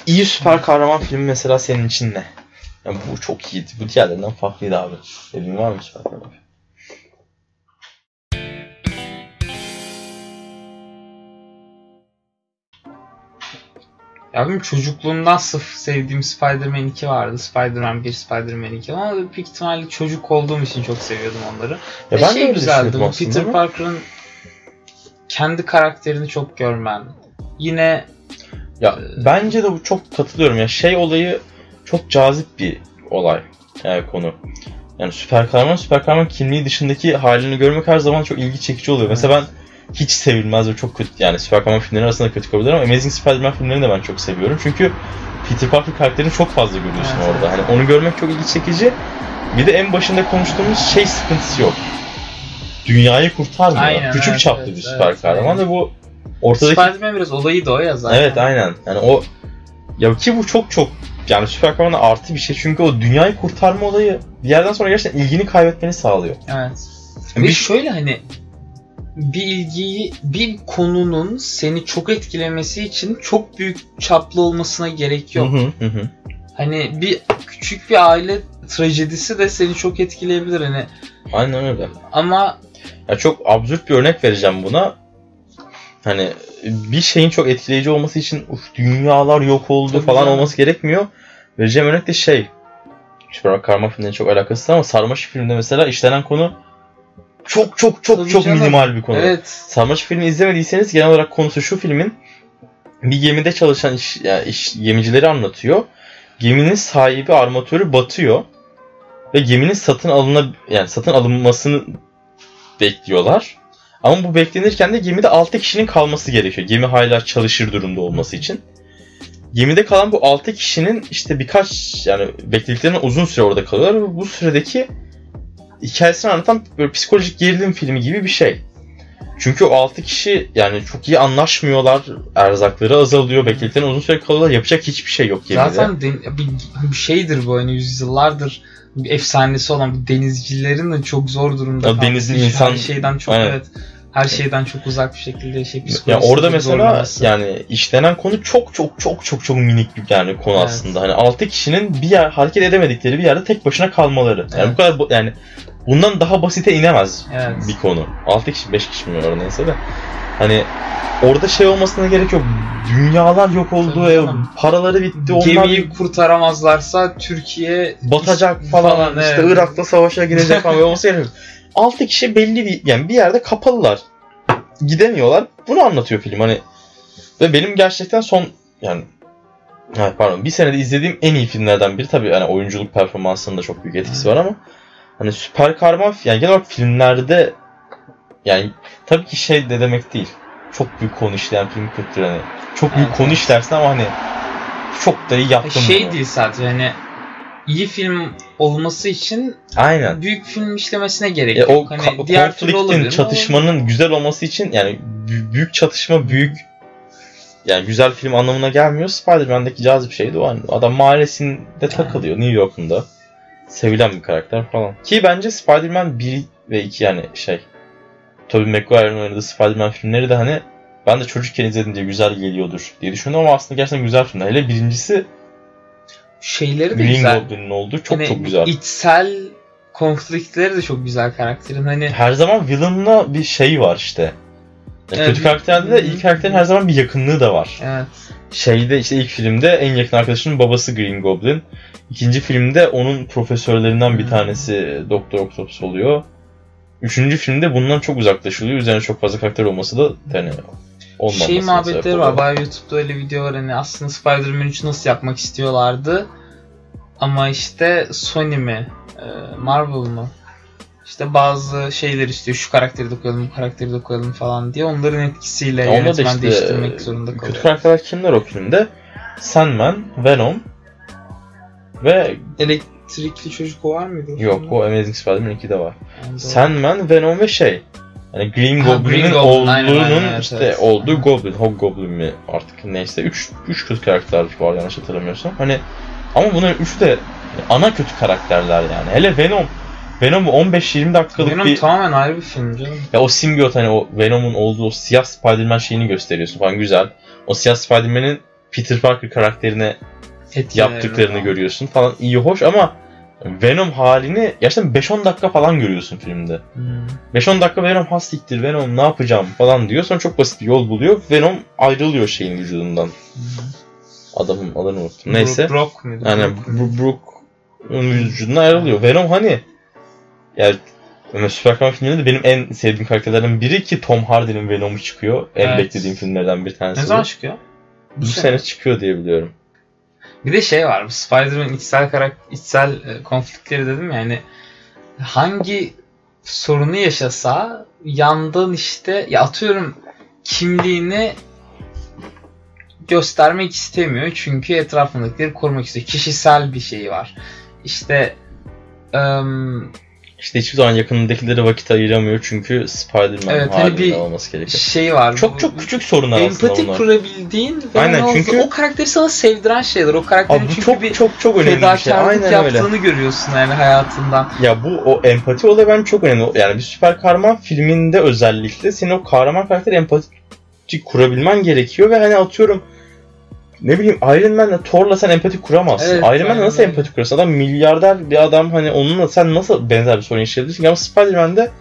iyi süper kahraman filmi mesela senin için ne? Yani bu çok iyiydi. Bu diğerlerinden farklıydı abi. Dediğin var mı süper kahraman film? Ya benim çocukluğumdan sevdiğim Spider-Man 2 vardı. Spider-Man 1, Spider-Man 2 ama büyük ihtimalle çocuk olduğum için çok seviyordum onları. Ya ben de güzeldi. Bu Peter Parker'ın kendi karakterini çok görmen. Yine bence de bu çok katılıyorum. Ya olayı çok cazip bir olay. Yani konu. Yani süper kahraman kimliği dışındaki halini görmek her zaman çok ilgi çekici oluyor. Evet. Mesela ben hiç sevilmez ve çok kötü, yani süper kahraman filmleri arasında kötü kabul ederim ama Amazing Spider-Man filmlerini de ben çok seviyorum. Çünkü Peter Parker karakterini çok fazla görüyorsun orada. Hani onu görmek çok ilgi çekici. Bir de en başında konuştuğumuz sıkıntısı yok. Dünyayı kurtarmıyor. Aynen, küçük çaplı bir süper kahraman ve bu ortadaki... Spider-Man biraz olayı da o ya zaten. Evet, aynen. Yani o ya ki bu çok yani süper kahramanla artı bir şey. Çünkü o dünyayı kurtarma olayı bir yerden sonra gerçekten ilgini kaybetmeni sağlıyor. Evet. Ve şöyle hani bir konunun seni çok etkilemesi için çok büyük çaplı olmasına gerek yok. Hı. Hani küçük bir aile trajedisi de seni çok etkileyebilir hani. Aynen öyle. Ama ya çok absürt bir örnek vereceğim buna. Hani bir şeyin çok etkileyici olması için dünyalar yok oldu tabii falan olması gerekmiyor. Vereceğim örnek de süper kahraman filmlerinin çok alakası ama Sarmaşık filminde mesela işlenen konu çok minimal bir konu. Evet. Sarmaşık filmini izlemediyseniz genel olarak konusu şu filmin bir gemide çalışan gemicileri anlatıyor. Geminin sahibi armatörü batıyor ve geminin satın alınmasını bekliyorlar. Ama bu beklenirken de gemide 6 kişinin kalması gerekiyor. Gemi hala çalışır durumda olması için. Gemide kalan bu 6 kişinin beklediklerinden uzun süre orada kalıyorlar ve bu süredeki hikayesini anlatan böyle psikolojik gerilim filmi gibi bir şey. Çünkü o 6 kişi çok iyi anlaşmıyorlar. Erzakları azalıyor. Beklediklerine uzun süre kalıyorlar. Yapacak hiçbir şey yok gemide. Zaten bir şeydir bu yüzyıllardır bir efsanesi olan bu denizcilerin de çok zor durumda kalması. Denizli insan her şeyden çok her şeyden çok uzak bir şekilde yani orada mesela işlenen konu çok minik bir konu aslında. Hani 6 kişinin hareket edemedikleri bir yerde tek başına kalmaları. Yani bu kadar bundan daha basite inemez bir konu. 6 kişi 5 kişi mi var neyse de. Hani orada olmasına gerek yok. Dünyalar yok oldu, paraları bitti. Gemiyi kurtaramazlarsa Türkiye batacak falan Irak'ta savaşa girecek falan olması gerekiyor. 6 kişi belli bir yerde kapalılar. Gidemiyorlar. Bunu anlatıyor film ve benim gerçekten bir senede izlediğim en iyi filmlerden biri. Tabii oyunculuk performansının da çok büyük etkisi var ama süper kahraman genel olarak filmlerde tabii ki de demek değil. Çok büyük konu işleyen film kötüdür çok büyük konu işlersin ama çok da iyi yaptım bunu. Değil sadece iyi film olması için büyük film işlemesine gerek yok. O konfliktin, çatışmanın güzel olması için büyük çatışma güzel film anlamına gelmiyor. Spider-Man'deki cazip şey de o. Adam mahallesinde takılıyor New York'unda. Sevilen bir karakter falan. Ki bence Spider-Man 1 ve 2 Tobey Maguire'ın oynadığı Spider-Man filmleri de ben de çocukken izledim diye güzel geliyordur diye düşündüm ama aslında gerçekten güzel filmler. Hele birincisi şeyleri de Green güzel. Goblin'in olduğu çok güzel. İçsel konfliktleri de çok güzel karakterin. Her zaman villain'la bir var işte. Kötü karakterde de ilk karakterin her zaman bir yakınlığı da var. Evet. İlk filmde en yakın arkadaşının babası Green Goblin. İkinci filmde onun profesörlerinden bir tanesi Doktor Octopus oluyor. Üçüncü filmde bundan çok uzaklaşılıyor. Üzerine çok fazla karakter olması da olmaması. Muhabbetleri var. Bayağı YouTube'da öyle video var. Aslında Spider-Man 3 nasıl yapmak istiyorlardı. Ama Sony mi? Marvel mı? Bazı şeyler istiyor. Şu karakteri de koyalım, bu karakteri de koyalım falan diye. Onların etkisiyle yönetmen değiştirmek zorunda kalıyor. Kötü karakterler kimler o filmde? Sandman, Venom ve elektrikli çocuk o var mıydı? Yok, o Amazing Spider-Man 2'de var. Sandman, Venom ve Green Goblin'in olduğunun olduğu Goblin, Hobgoblin mi artık neyse 3 kötü karakter var yanlış hatırlamıyorsam. Ama bunların üçü de ana kötü karakterler Hele Venom 15-20 dakikalık Venom tamamen ayrı bir film canım. Ya o simbiyot o Venom'un olduğu o siyah Spider-Man şeyini gösteriyorsun falan güzel. O siyah Spider-Man'in Peter Parker karakterine yaptıklarını falan görüyorsun falan, iyi hoş ama Venom halini gerçekten 5-10 dakika falan görüyorsun filmde. 5-10 dakika Venom hastiktir, Venom ne yapacağım falan diyor. Sonra çok basit bir yol buluyor. Venom ayrılıyor şeyin vücudundan. Adamın adını unuttum. Neyse. Brock muydu? Yani Brock'un vücudundan ayrılıyor. Venom hani yani süper kahraman filmlerinde de benim en sevdiğim karakterlerden biri ki Tom Hardy'nin Venom'u çıkıyor. En beklediğim filmlerden bir tanesi. Ne zaman çıkıyor? Bu sene çıkıyor diye biliyorum. Bir de şey var, bu Spider-Man'in içsel konfliktleri dedim yani, hangi sorunu yaşasa yandan işte ya atıyorum kimliğini göstermek istemiyor çünkü etrafındakileri korumak istiyor. Kişisel bir şey var. İşte İşte hiçbir zaman yakınındakilere vakit ayıramıyor çünkü Spider-Man halinde olması gerekiyor. Şey var. Çok küçük sorunlar aslında bunlar. Empati kurabildiğin ve aynen, çünkü o karakteri sana sevdiren şeyler. O karakterin çünkü çok önemli bir şey. Aynen yaptığını görüyorsun yani hayatından. Ya bu o empati olayı ben çok önemli. Yani bir süper kahraman filminde özellikle senin o kahraman karakteri empati kurabilmen gerekiyor ve hani atıyorum ne bileyim Iron Man'le Thor'la sen empati kuramazsın. Evet, Iron Man'le nasıl empati kurarsın? Adam milyarder bir adam, hani onunla sen nasıl benzer bir sorun yaşayabilirsin? Ama Spider-Man'de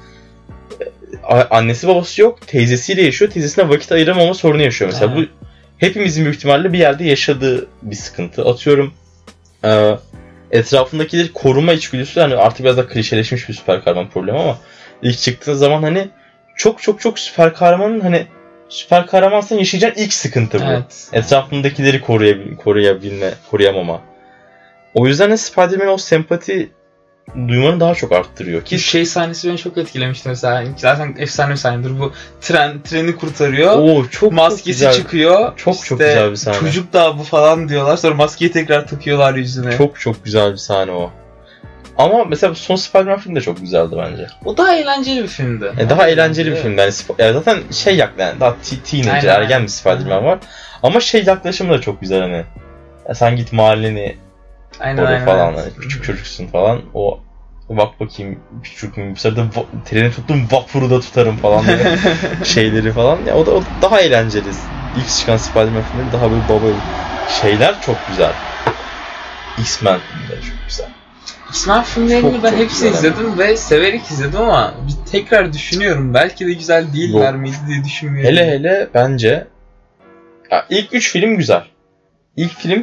annesi babası yok, teyzesiyle yaşıyor. Teyzesine vakit ayıramama sorunu yaşıyor mesela. Evet. Bu hepimizin büyük ihtimalle bir yerde yaşadığı bir sıkıntı. Atıyorum etrafındakileri koruma içgüdüsü, hani artık biraz da klişeleşmiş bir süper kahraman problemi ama ilk çıktığı zaman hani çok süper kahramanın hani süper kahramansan yaşayacağın ilk sıkıntı bu. Evet. Etrafındakileri koruyamama. O yüzden de Spider-Man o sempati duymanı daha çok arttırıyor. Ki şey sahnesi beni çok etkilemişti mesela. Zaten efsane bir sahnedir bu. Treni kurtarıyor. Maskesi çok çıkıyor. Çok güzel bir sahne. Çocuk da bu falan diyorlar. Sonra maskeyi tekrar takıyorlar yüzüne. Çok güzel bir sahne o. Ama mesela son Spider-Man filmi de çok güzeldi bence. O daha eğlenceli bir filmdi. Daha eğlenceli bir filmdi. Yani zaten yani daha teenager, ergen bir Spider-Man var. Ama yaklaşımı da çok güzel hani. Ya sen git mahalleni koru falan. Hani küçük çocuksun falan. O bak bakayım küçük müyüm? Bu sırada treni tuttum, vapuru da tutarım falan diye şeyleri falan. Ya o daha eğlenceli. İlk çıkan Spider-Man filmleri daha böyle baba şeyler çok güzel. X-Men filmleri çok güzel. X-Men filmlerini ben hepsini izledim ve severek izledim ama bir tekrar düşünüyorum. Belki de güzel değiller miydi diye düşünmüyorum. Hele bence ya ilk 3 film güzel. İlk film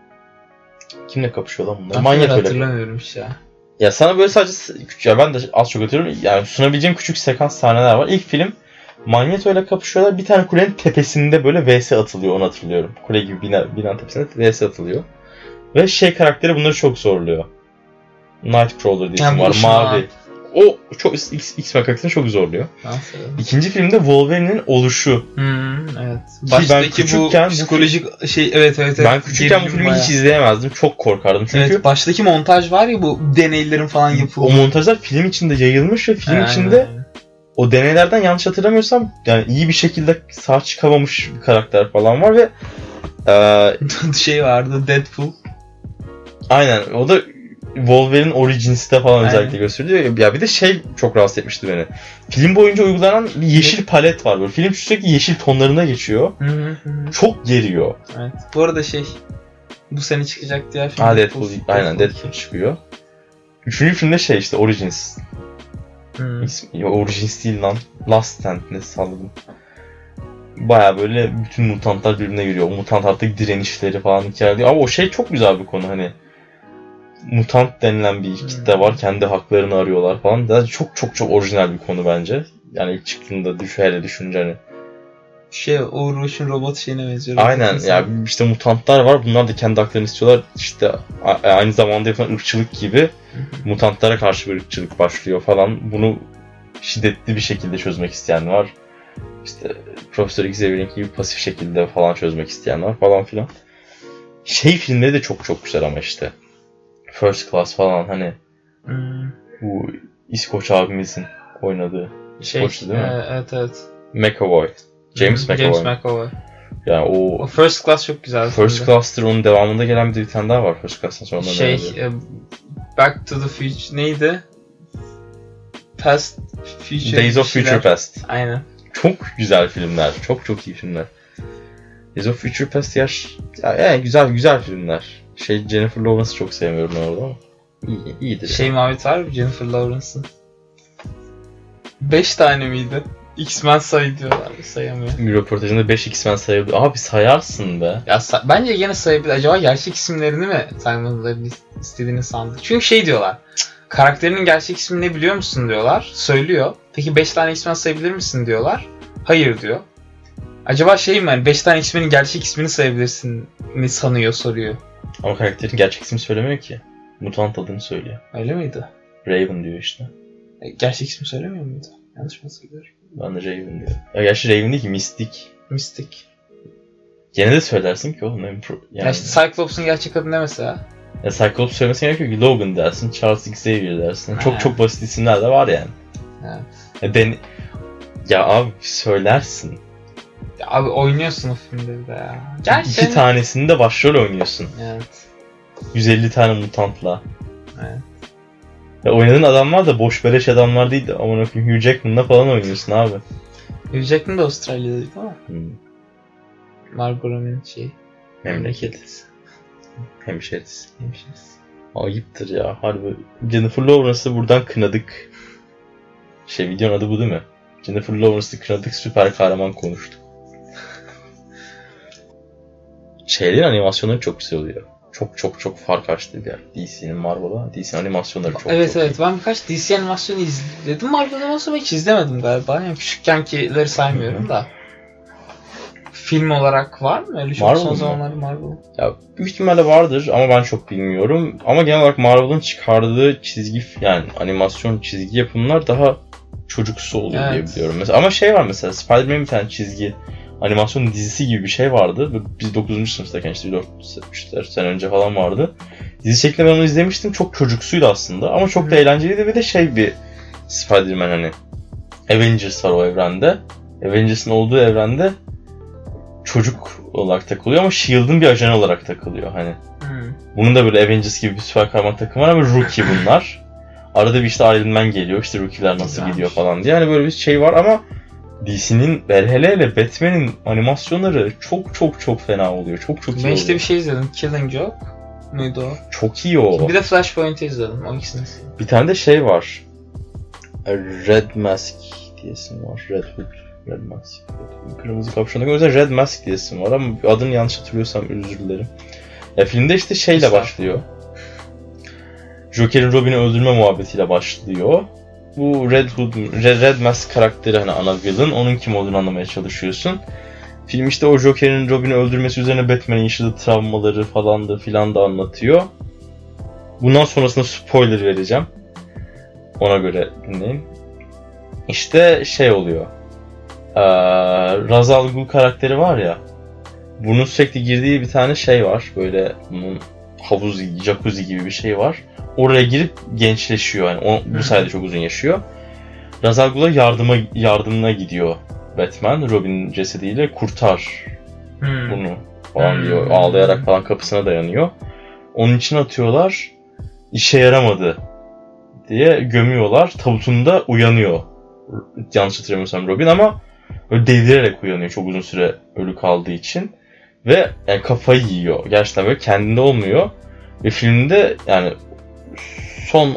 kimle kapışıyor lan bunlar? Magneto hatırlamıyorum ya. Ya sana böyle sadece ya ben de az çok hatırlıyorum. Yani sunabileceğim küçük sekans sahneler var. İlk film Magneto ile kapışıyorlar. Bir tane kulenin tepesinde böyle VS atılıyor, onu hatırlıyorum. Kule gibi binanın tepesinde VS atılıyor. Ve karakteri bunları çok zorluyor. Nightcrawler diye isim var. Mavi. O çok X-Men karakterini çok zorluyor. Nasıl? İkinci filmde Wolverine'in oluşu. Evet. Baştaki bu psikolojik evet. Ben küçükken bu filmi hiç izleyemezdim. Çok korkardım çünkü. Evet, baştaki montaj var ya, bu deneylerin falan yapıldığı. O montajlar film içinde yayılmış ve film içinde o deneylerden yanlış hatırlamıyorsam yani iyi bir şekilde sağ çıkamamış bir karakter falan var ve vardı, Deadpool. Aynen, o da Wolverine Origins'te falan özellikle gösteriliyor. Ya bir de çok rahatsız etmişti beni. Film boyunca uygulanan bir yeşil palet var böyle. Film sürekli yeşil tonlarına geçiyor. Çok geriyor. Evet. Bu arada bu sene çıkacak diğer film. Deadpool. Aynen, Deadpool çıkıyor. Üçüncü filmde işte Origins. Origins değil lan. Last Stand ne salladım. Baya böyle bütün mutantlar birbirine giriyor. O mutant artık direnişleri falan hikaye. Ama o çok güzel bir konu hani. Mutant denilen bir kitle var. Kendi haklarını arıyorlar falan. Yani çok orijinal bir konu bence. Yani ilk çıktığında düşünce hani. Overwatch'un robot şeyine benziyor. Aynen ya, işte mutantlar var. Bunlar da kendi haklarını istiyorlar. İşte aynı zamanda yapılan ırkçılık gibi mutantlara karşı bir ırkçılık başlıyor falan. Bunu şiddetli bir şekilde çözmek isteyen var. İşte Profesör Xavier'in gibi pasif şekilde falan çözmek isteyen var falan filan. Filmleri de çok güzel ama işte. First Class falan hani bu İskoç abimizin oynadığı. İskoç'tu değil mi? Evet. McAvoy. James McAvoy. Yani o First Class çok güzel. First Class'tır, onun devamında gelen bir tane daha var First Class'tan sonra. Back to the Future neydi? Past Future. Days of Future Past. Aynen. Çok güzel filmler. Çok iyi filmler. Days of Future Past güzel filmler. Jennifer Lawrence'ı çok sevmiyorum orada ama iyidir. Muhabbet var mı Jennifer Lawrence'ın? 5 tane miydi? X-Men sayı diyorlar. Sayamıyor. Bir röportajında 5 X-Men sayabilir. Abi sayarsın be. Ya bence gene sayabilir. Acaba gerçek isimlerini mi saymalarını istediğini sandı. Çünkü diyorlar. Karakterinin gerçek ismini ne biliyor musun diyorlar. Söylüyor. Peki 5 tane X-Men sayabilir misin diyorlar. Hayır diyor. Acaba mi yani 5 tane X-Men'in gerçek ismini sayabilirsin mi sanıyor, soruyor. Ama karakterin gerçek ismini söylemiyor ki. Mutant adını söylüyor. Öyle miydi? Raven diyor işte. Gerçek ismi söylemiyor muydu? Yanlış mı hatırlıyorum? Ben de Raven diyor. Ya gerçi Raven değil ki, Mystic. Gene de söylersin ki oğlum. Yani ya işte Cyclops'un gerçek adı ne mesela? Ya Cyclops söylemesi gerekiyor ki Logan dersin, Charles Xavier dersin. Çok basit isimler de var yani. Evet. Ya abi söylersin. Ya abi oynuyorsun o filmde de ya. Gerçekten. 2 tanesinde başrol oynuyorsun. Evet. 150 tane mutantla. Evet. Ya oynadığın adamlar da boş beleş adamlar değil de aman okuyum Hugh Jackman'la falan oynuyorsun abi. Hugh Jackman da Avustralya'daydı ama. Margot Robbie'nin memleketi. Hemşerisi. Ayıptır ya. Harbi. Jennifer Lawrence'ı buradan kınadık. Videonun adı bu değil mi? Jennifer Lawrence'ı kınadık, süper kahraman konuştuk. Animasyonları çok güzel oluyor. Çok fark açtı bir yer. DC'nin Marvel'a. DC'nin animasyonları çok evet. iyi. Ben birkaç DC animasyonu izledim. Marvel'dan sonra hiç izlemedim galiba. Yani küçükkenkileri saymıyorum da. Film olarak var mı? Öyle çok son zamanlarda Marvel. Ya büyük ihtimalle vardır ama ben çok bilmiyorum. Ama genel olarak Marvel'ın çıkardığı çizgi animasyon çizgi yapımlar daha çocuksu oluyor diye biliyorum. Mesela ama var mesela Spider-Man'in bir tane çizgi animasyon dizisi gibi bir şey vardı. Biz 9. sınıftayken işte 4 sene önce falan vardı. Dizi şeklinde ben onu izlemiştim. Çok çocuksuydu aslında ama çok da eğlenceliydi ve de bir Spider-Man Avengers var o evrende. Avengers'ın olduğu evrende çocuk olarak takılıyor ama S.H.I.E.L.D.'ın bir ajanı olarak takılıyor Bunun da böyle Avengers gibi bir süper kahraman takımı var ama Rookie bunlar. Arada bir işte Iron Man geliyor, işte Rookie'ler nasıl gidiyor falan diye. Böyle bir var ama DC'nin hele Batman'in animasyonları çok fena oluyor. Çok iyi oluyor. Ben işte bir izledim. Killing Joke muydu o? Çok iyi o. Bir de Flashpoint'i izledim. O ikisini. Bir tane de var. Red Mask diye isim var. Red Mask. Kırmızı kapşonlu. O yüzden Red Mask diye isim var ama adını yanlış hatırlıyorsam özür dilerim. Ya filmde işte başlıyor. Joker'in Robin'i öldürme muhabbetiyle başlıyor. Bu Red Mask karakteri ana villain, onun kim olduğunu anlamaya çalışıyorsun. Film işte o Joker'in Robin'i öldürmesi üzerine Batman'in yaşadığı travmaları falan da filan da anlatıyor. Bundan sonrasında spoiler vereceğim. Ona göre dinleyin. İşte oluyor. Ra's al Ghul karakteri var ya. Bunun sürekli girdiği bir tane var. Böyle bunun jacuzzi gibi bir şey var. Oraya girip gençleşiyor. Bu sayede çok uzun yaşıyor. Ra's al Ghul'a yardımına gidiyor Batman. Robin'in cesediyle kurtar bunu falan diyor. Ağlayarak falan kapısına dayanıyor. Onun için atıyorlar. İşe yaramadı diye gömüyorlar. Tabutunda uyanıyor. Yanlış hatırlamıyorsam Robin ama böyle delirerek uyanıyor çok uzun süre ölü kaldığı için. Ve kafayı yiyor. Gerçekten böyle kendinde olmuyor. Ve filmde son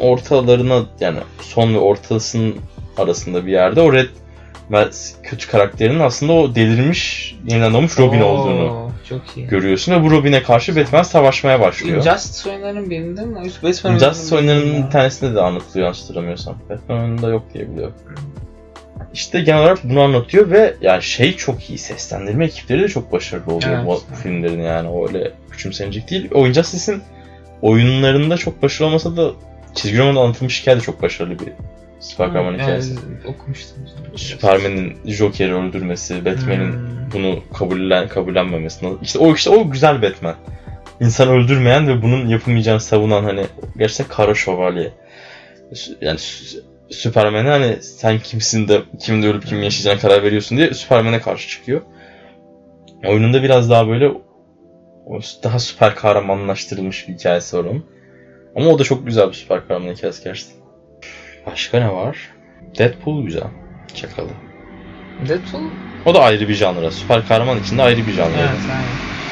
ve ortasının arasında bir yerde o Red kötü karakterinin aslında o delirmiş, yeniden doğmuş Robin olduğunu görüyorsun ve bu Robin'e karşı Batman savaşmaya başlıyor. Injustice oyunlarının birinde mi? Injustice oyunlarının bir tanesinde de anlatılıyor yanlış hatırlamıyorsam. Batman oyununda yok diye biliyorum. İşte genel olarak bunu anlatıyor ve çok iyi, seslendirme ekipleri de çok başarılı oluyor bu filmlerin o öyle küçümsenecek değil. O Injustice'in oyunlarında çok başarılı olmasa da çizgi romanda anlatılmış hikaye de çok başarılı bir süper kahraman hikayesi. Okumuştum. Superman'in Joker'i öldürmesi, Batman'in bunu kabullenmemesi. İşte o güzel Batman. İnsan öldürmeyen ve bunun yapılmayacağını savunan gerçekten kara şövalye. Superman'e sen kimsin de kimin de ölüp kimin yaşayacağına karar veriyorsun diye Superman'e karşı çıkıyor. Oyununda biraz daha böyle daha süper kahramanlaştırılmış bir hikayesi var onun. Ama o da çok güzel bir süper kahraman hikayesi gerçekten. Başka ne var? Deadpool güzel. Çakalı. Deadpool? O da ayrı bir janra. Süper kahraman içinde ayrı bir janra. Evet, aynen.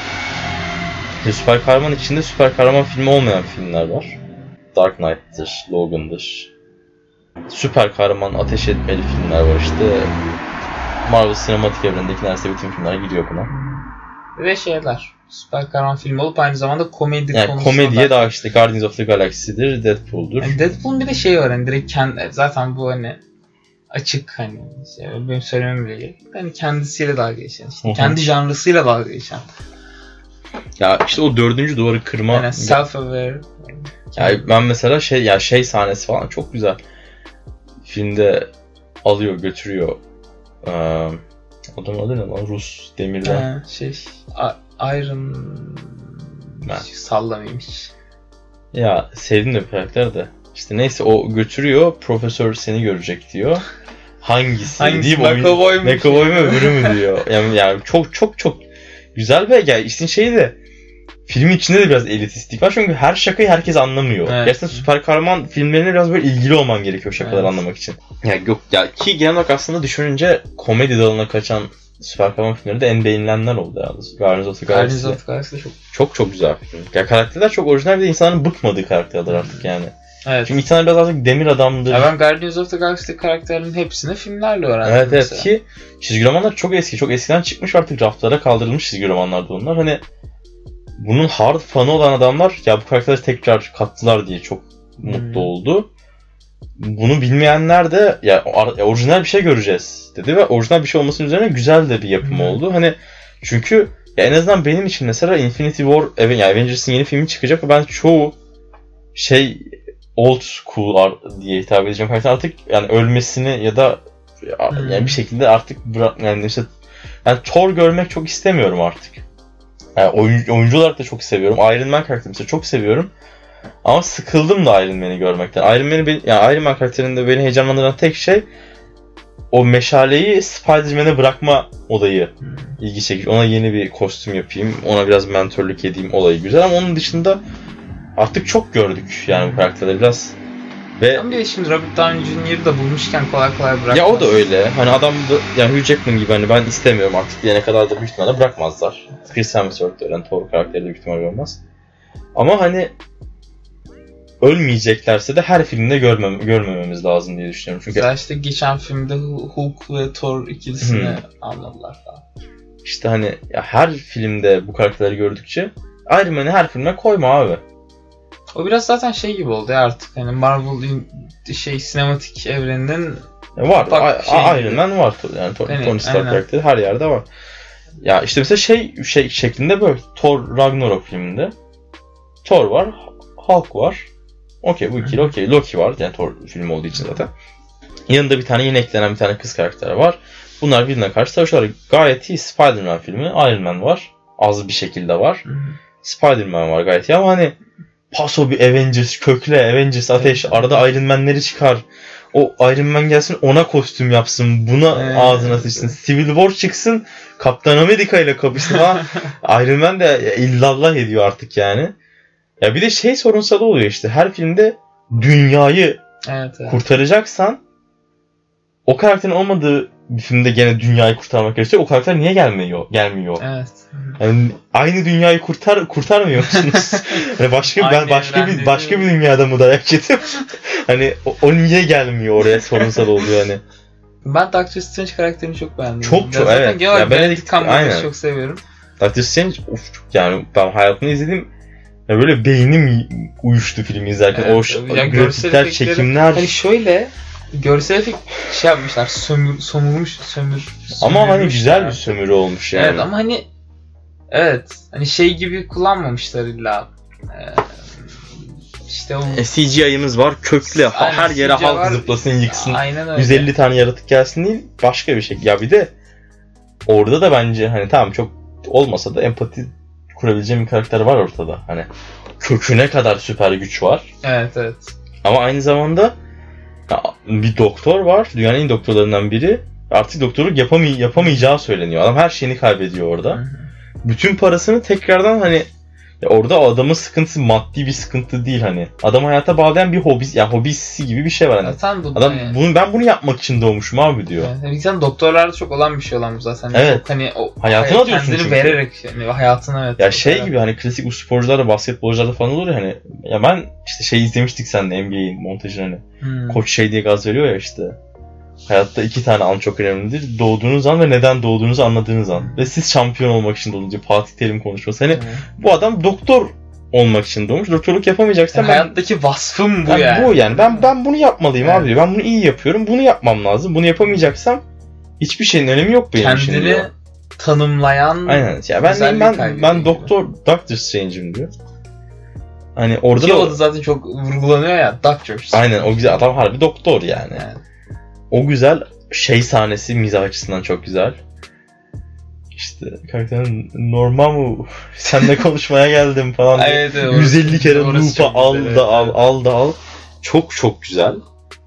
Süper kahraman içinde süper kahraman filmi olmayan filmler var. Dark Knight'tır, Logan'dır. Süper kahraman ateş etmeli filmler var işte. Marvel sinematik evrenindeki neredeyse bütün filmler giriyor buna. Ve süper kahraman filmi olup aynı zamanda komedi yani konusunda. Komediye daha işte Guardians of the Galaxy'dir, Deadpool'dur. Yani Deadpool'un bir de var hani direkt zaten bu hani açık hani benim söylemem bile gerek. Hani kendisiyle dalga geçen, işte kendi janrasıyla dalga geçen. Ya işte o dördüncü duvarı kırma. Yani self-aware. Yani ben mesela şey sahnesi falan çok güzel. Filmde alıyor götürüyor. Adamın adı ne lan? Rus demirden. Iron Man. Sallamayayım hiç. Ya sevdim de bir karakter de. İşte neyse o götürüyor. Profesör seni görecek diyor. Hangisi deyip McAvoy mu öbürü mü diyor. Yani çok güzel ve yani işin şeyi de filmin içinde de biraz elitistlik var çünkü her şakayı herkes anlamıyor. Evet. Gerçekten süper kahraman filmlerine biraz böyle ilgili olman gerekiyor şakaları anlamak için. Ki genel olarak aslında düşününce komedi dalına kaçan süper kahraman filmleri de en beğenilenler oldu yalnız. Guardians of the Galaxy çok güzel film. Ya karakterler çok orijinal ve insanların bıkmadığı karakterler artık yani. Evet. Çünkü insanlar biraz artık demir adamdır. Ya ben Guardians of the Galaxy karakterlerin hepsini filmlerle öğrendim. Evet ki çizgi romanlar çok eski. Çok eskiden çıkmış artık raflara kaldırılmış çizgi romanlardı onlar. Hani bunun hard fanı olan adamlar ya bu karakterleri tekrar kattılar diye çok mutlu oldu. Bunu bilmeyenler de ya orijinal bir şey göreceğiz dedi ve orijinal bir şey olmasının üzerine güzel de bir yapım oldu. Hani çünkü ya en azından benim için mesela Infinity War yani Avengers'ın yeni filmi çıkacak ve ben çoğu old school diye hitap edeceğim karakter artık yani ölmesini ya da yani bir şekilde artık yani işte yani Thor görmek çok istemiyorum artık. Yani oyuncu olarak da çok seviyorum. Iron Man karakterini mesela çok seviyorum. Ama sıkıldım da Iron Man'i görmekten. Iron Man karakterinde beni heyecanlandıran tek şey o meşaleyi Spider-Man'e bırakma olayı ilgi çekici. Ona yeni bir kostüm yapayım. Ona biraz mentörlük edeyim olayı güzel ama onun dışında artık çok gördük yani bu karakterleri biraz. Ve ama bir de şimdi Robert Downey Jr.'ı da bulmuşken kolay kolay bırakmaz. Ya o da öyle. Hani adam da yani Hugh Jackman gibi hani ben istemiyorum artık diyene kadar da büyük ihtimalle bırakmazlar. Chris Hemsworth öyle Thor karakteri de büyük ihtimalle olmaz. Ama hani ölmeyeceklerse de her filmde görmememiz lazım diye düşünüyorum. Çünkü mesela işte geçen filmde Hulk ve Thor ikilisini anladılar falan. İşte hani ya her filmde bu karakterleri gördükçe Iron Man'i her filme koyma abi. O biraz zaten gibi oldu ya artık hani Marvel'ın sinematik evreninin var. Iron Man var yani Tony Stark karakteri her yerde var. Ya işte mesela şey şeklinde böyle Thor Ragnarok filminde Thor var, Hulk var. Okey bu ikili okey. Loki var yani Thor filmi olduğu için zaten. Yanında bir tane yeni eklenen bir tane kız karakteri var. Bunlar birbirine karşı savaşıyorlar. Gayet iyi Spider-Man filmi. Iron Man var. Az bir şekilde var. Spider-Man var gayet iyi ama hani paso bir Avengers, kökle Avengers ateş. Arada Iron Man'leri çıkar. O Iron Man gelsin ona kostüm yapsın. Buna ağzına sıçsın. Civil War çıksın. Kaptan Amerika ile kapışsın falan. Iron Man de illallah ediyor artık yani. Ya bir de sorunsal oluyor işte. Her filmde dünyayı kurtaracaksan o karakterin olmadığı bir filmde gene dünyayı kurtarmak gerekiyor. O karakter niye gelmiyor? Evet. Yani aynı dünyayı kurtarmıyor musunuz? Yani başka bir dünyada mı dayak yedim? Hani o niye gelmiyor oraya sorunsal oluyor hani. Ben Doctor Strange karakterini çok beğendim. Çok evet. Ya Benedict Cumberbatch'ı çok seviyorum. Doctor Strange yani ben hayatımda izlediğim ya böyle beynim uyuştu filmi izlerken. Evet, o grafikler, çekimler. Hani şöyle görsel efekt yapmışlar. Sömürmüş. Ama hani güzel bir sömürü olmuş yani. Evet ama hani hani gibi kullanmamışlar illa. İşte o CGI'miz var. Köklü. Her yere halk zıplasın, yıksın. Aynen öyle. 150 tane yaratık gelsin değil. Başka bir şey. Ya bir de orada da bence hani tamam çok olmasa da empati kurabileceğim bir karakter var ortada. Hani köküne kadar süper güç var. Evet. Ama aynı zamanda bir doktor var. Dünyanın en doktorlarından biri. Artık doktorluk yapamayacağı söyleniyor. Adam her şeyini kaybediyor orada. Bütün parasını tekrardan hani Ya orada o adamın sıkıntısı maddi bir sıkıntı değil hani. Adam hayata bağlayan bir hobisi, yani hobisi gibi bir şey var hani. Zaten bu Adam ben bunu yapmak için doğmuşum abi diyor. Evet. Zaten doktorlarda çok olan bir şey olan bu zaten. Evet. Çok hani o hayatını alıyorsun kendini çünkü. vererek yani hayatını evet. Ya şey gibi hani klasik bu sporcularda, basketbolcularda falan olur ya hani. Ya ben işte şey izlemiştik seninle NBA'in montajını hani. Koç şey diye gaz veriyor ya işte. Hayatta 2 tane an çok önemlidir. Doğduğunuz an ve neden doğduğunuzu anladığınız an. Ve siz şampiyon olmak için doğdunuz. Fatih Terim konuşması. Hani bu adam doktor olmak için doğmuş. Doktorluk yapamayacaksa yani hayattaki vasfım bu yani. Bu yani. Ben bunu yapmalıyım abi diyor. Ben bunu iyi yapıyorum. Bunu yapmam lazım. Bunu yapamayacaksam hiçbir şeyin önemi yok benim için diyor. Kendini tanımlayan aynen. Ya ben Doctor Strange'im diyor. Hani orada da o da zaten çok vurgulanıyor ya, Doctor. Aynen, o güzel adam, harbi doktor yani. O güzel şey sahnesi mizah açısından çok güzel. İşte karakterin normal mı? Seninle konuşmaya geldim falan diye. Evet, 150 kere loop'a al. Çok güzel.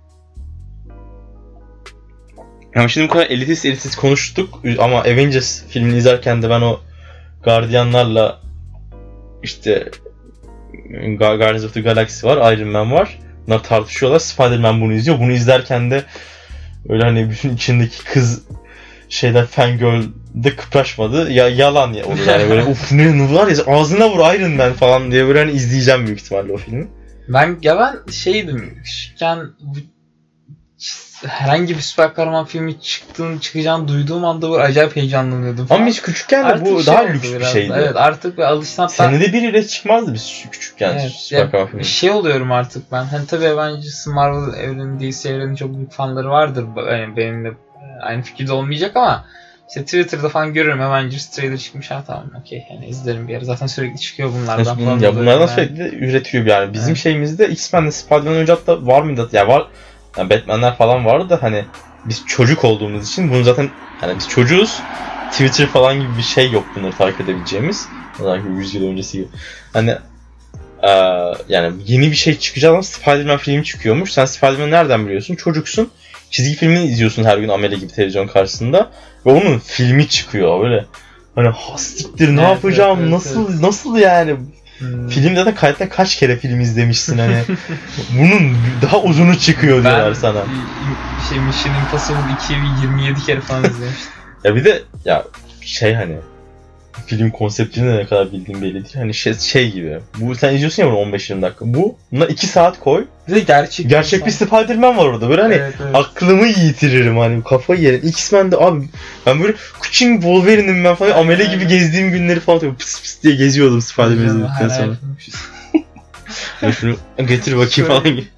Yani şimdi bu kadar elitist konuştuk ama Avengers filmini izlerken de ben o Guardianlarla işte Guardians of the Galaxy var, Iron Man var. Bunlar tartışıyorlar. Spider-Man bunu izliyor. Bunu izlerken de öyle hani bütün içindeki kız şeyler fangirl'de kıpraşmadı. Ya yalan ya olur yani böyle uf ne var ya ağzına vur Iron Man falan diye böyle hani izleyeceğim büyük ihtimalle o filmi. Ben şeydim küçükken herhangi bir süper kahraman filmi çıkacağını duyduğum anda böyle acayip heyecanlanıyordum falan. Ama biz küçükken de bu daha lüks bir şeydi. Evet, artık alışsam senede biriyle çıkmazdı biz küçükken süper kahraman filmi. Şey oluyorum artık ben. Hani tabii Avengers, Marvel evreni, DC evreni çok büyük fanları vardır. Yani benimle aynı fikirde olmayacak ama işte Twitter'da falan görüyorum Avengers trailer çıkmış, ha tamam okey yani izlerim bir yere. Zaten sürekli çıkıyor bunlardan falan. Ya bunlardan sürekli üretiyor yani. Bizim şeyimizde X-Men'de Spider-Man önce hatta var mıydı? Ya var. Yani Batman'ler falan vardı da hani biz çocuk olduğumuz için bunu zaten hani biz çocuğuz. Twitter falan gibi bir şey yok bunları takip edebileceğimiz. Sanki 100 yıl öncesi gibi. Hani yani yeni bir şey çıkacak ama Spider-Man filmi çıkıyormuş. Sen Spider-Man'ı nereden biliyorsun? Çocuksun. Çizgi filmini izliyorsun her gün amele gibi televizyon karşısında. Ve onun filmi çıkıyor böyle. Hani hastiktir ne yapacağım? Evet. Nasıl yani? Film zaten hayatta kaç kere film izlemişsin hani. Bunun daha uzunu çıkıyor diyorlar sana. Mission Impossible 2'yi 27 kere falan izlemiştim. Ya bir de ya şey hani film konseptini de ne kadar bildiğim belli değil. Hani şey gibi. Bu sen izliyorsun ya bunu 15-20 dakika. Buna 2 saat koy. Bir de gerçek bir Spider-Man var orada. Böyle hani evet. Aklımı yitiririm hani kafayı yerim. X-Men'de abi ben böyle küçük Wolverine'im ben falan amele gibi gezdiğim günleri falan pıs diye geziyordum Spider-Man'i izledikten sonra. Ya şunu getir bakayım falan gibi.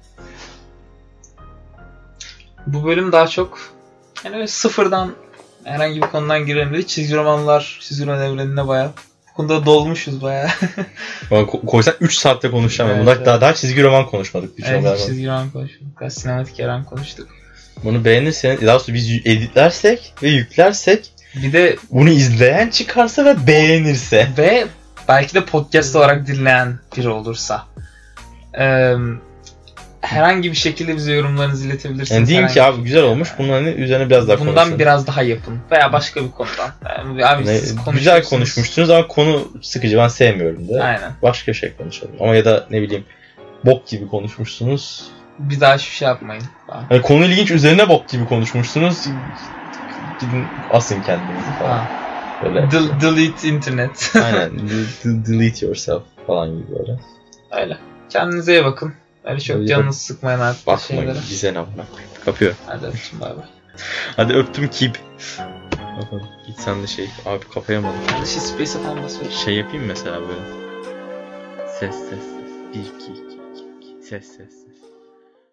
Bu bölüm daha çok yani öyle sıfırdan herhangi bir konudan girelim dedi. Çizgi roman evrenine bayağı. Bu konuda dolmuşuz bayağı. Koysan 3 saatte konuşacağım. Evet, evet. Daha çizgi roman konuşmadık. Evet, çizgi roman konuşmadık. Daha sinematik evren konuştuk. Bunu beğenirseniz, daha sonra biz editlersek ve yüklersek bir de bunu izleyen çıkarsa ve beğenirse ve belki de podcast olarak dinleyen biri olursa herhangi bir şekilde bize yorumlarınızı iletebilirsiniz. Yani deyin ki abi güzel olmuş. Bunun hani üzerine biraz daha konuşun. Bundan biraz daha yapın. Veya başka bir konudan. Yani abi güzel konuşmuşsunuz ama konu sıkıcı. Ben sevmiyorum da. Aynen. Başka bir şey konuşalım. Ama ya da ne bileyim bok gibi konuşmuşsunuz. Bir daha hiçbir şey yapmayın. Hani konu ilginç üzerine bok gibi konuşmuşsunuz. Gidin asın kendinizi falan. Böyle. Delete internet. Aynen. Delete yourself falan gibi böyle. Öyle. Kendinize iyi bakın. Öyle çok canınızı sıkmayın artık şeylere. Bakmayın bize ne yapmak. Kapıyor. Hadi öptüm bay bay. Hadi öptüm kip. Git sen de şey abi kapayamadım. Hadi şey space'e falan basıyorum. Şey yapayım mesela böyle. Ses. 1 2 2 ses.